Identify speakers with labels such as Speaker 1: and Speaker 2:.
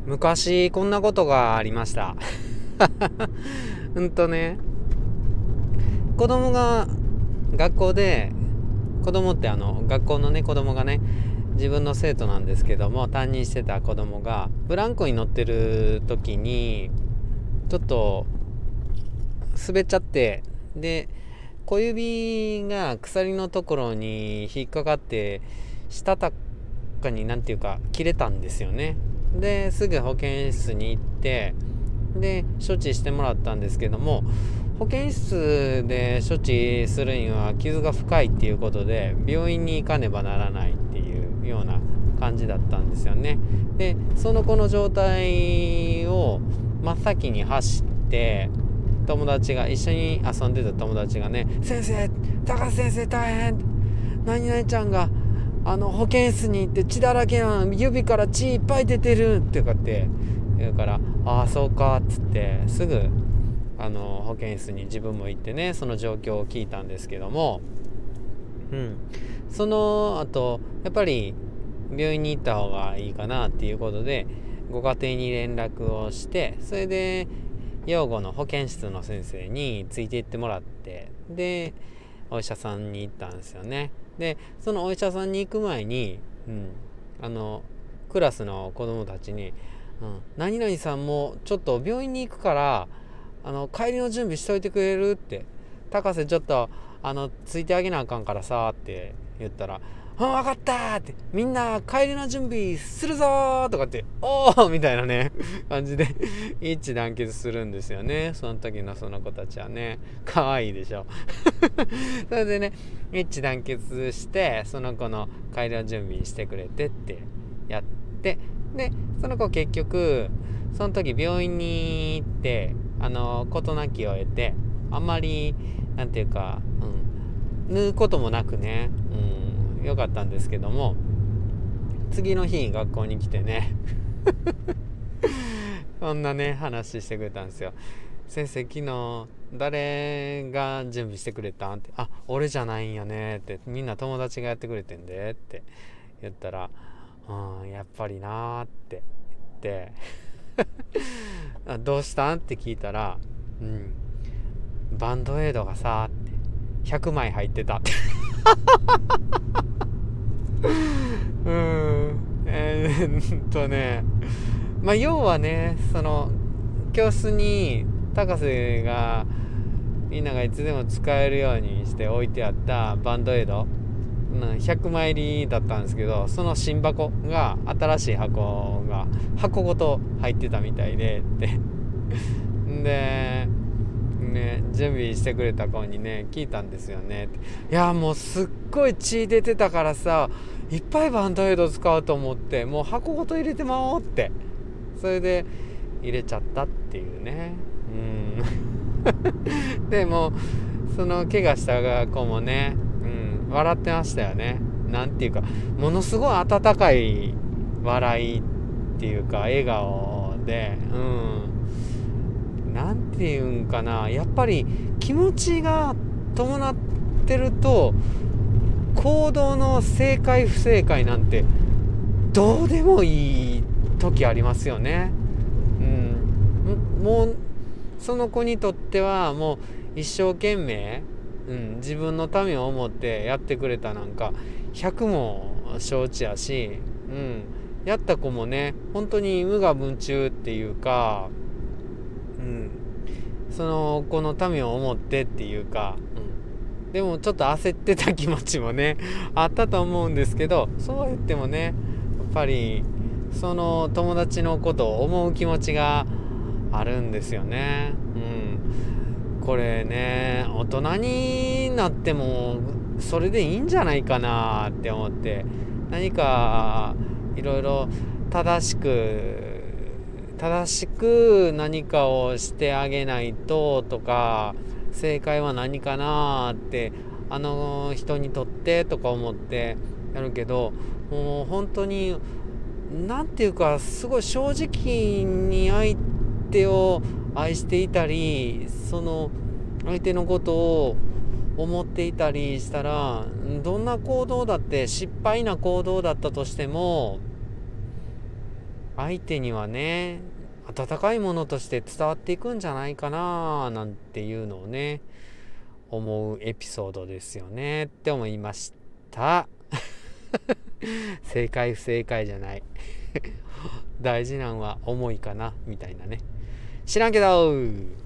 Speaker 1: 昔こんなことがありました。ね、子供が学校で、子供って学校のね、子供がね、自分の生徒なんですけども、担任してた子供がブランコに乗ってる時にちょっと滑っちゃって、で小指が鎖のところに引っかかって、したたかになんていうか切れたんですよね。ですぐ保健室に行って、で処置してもらったんですけども、保健室で処置するには傷が深いっていうことで、病院に行かねばならないっていうような感じだったんですよね。でその子の状態を真っ先に走って、友達が、一緒に遊んでた友達がね、先生、高橋先生大変、何々ちゃんが保健室に行って血だらけやん、指から血いっぱい出てるってかって言うから、ああそうかっつって、すぐ保健室に自分も行ってね、その状況を聞いたんですけども、その後やっぱり病院に行った方がいいかなっていうことで、ご家庭に連絡をして、それで養護の保健室の先生について行ってもらって、でお医者さんに行ったんですよね。でそのお医者さんに行く前に、クラスの子供たちに、何々さんもちょっと病院に行くから、帰りの準備しといてくれるって、高瀬ちょっとついてあげなあかんからさって言ったら、分かったって、みんな帰りの準備するぞとかって、おーみたいなね感じで一致団結するんですよね。その時のその子たちはね、可愛いでしょそれでね、一致団結して、その子の帰りの準備してくれてってやって、でその子結局その時病院に行って、事なきを得て、あんまりなんていうか、縫うこともなくね、よかったんですけども、次の日学校に来てねこんなね話してくれたんですよ。先生、昨日誰が準備してくれたんって、あ、俺じゃないんやねって、みんな友達がやってくれてんでって言ったら、やっぱりなーって言ってどうしたんって聞いたら、バンドエイドがさって100枚入ってたってうね、要はね、その教室に高瀬が、みんながいつでも使えるようにして置いてあったバンドエイド、100枚入りだったんですけど、その新箱が、新しい箱が箱ごと入ってたみたいでってでね、準備してくれた子にね聞いたんですよね。いや、もうすっごい血出てたからさ、いっぱいバンドエイド使うと思って、もう箱ごと入れてまおうって、それで入れちゃったっていうね。でもその怪我した子もね、笑ってましたよね。なんていうか、ものすごい温かい笑いっていうか笑顔で、なんていうんかな、やっぱり気持ちが伴ってると、行動の正解不正解なんてどうでもいい時ありますよね。もうその子にとってはもう一生懸命、自分のためを思ってやってくれたなんか100も承知やし、やった子もね本当に無我夢中っていうか、その子のためを思ってっていうか、でもちょっと焦ってた気持ちもねあったと思うんですけど、そう言ってもね、やっぱりその友達のことを思う気持ちがあるんですよね。これね、大人になってもそれでいいんじゃないかなって思って、何かいろいろ正しく何かをしてあげないととか、正解は何かなってあの人にとってとか思ってやるけど、もう本当になんていうか、すごい正直に相手を愛していたり、その相手のことを思っていたりしたら、どんな行動だって、失敗な行動だったとしても相手にはね温かいものとして伝わっていくんじゃないかななんていうのをね思うエピソードですよねって思いました。正解不正解じゃない。大事なんは思いかなみたいなね。知らんけど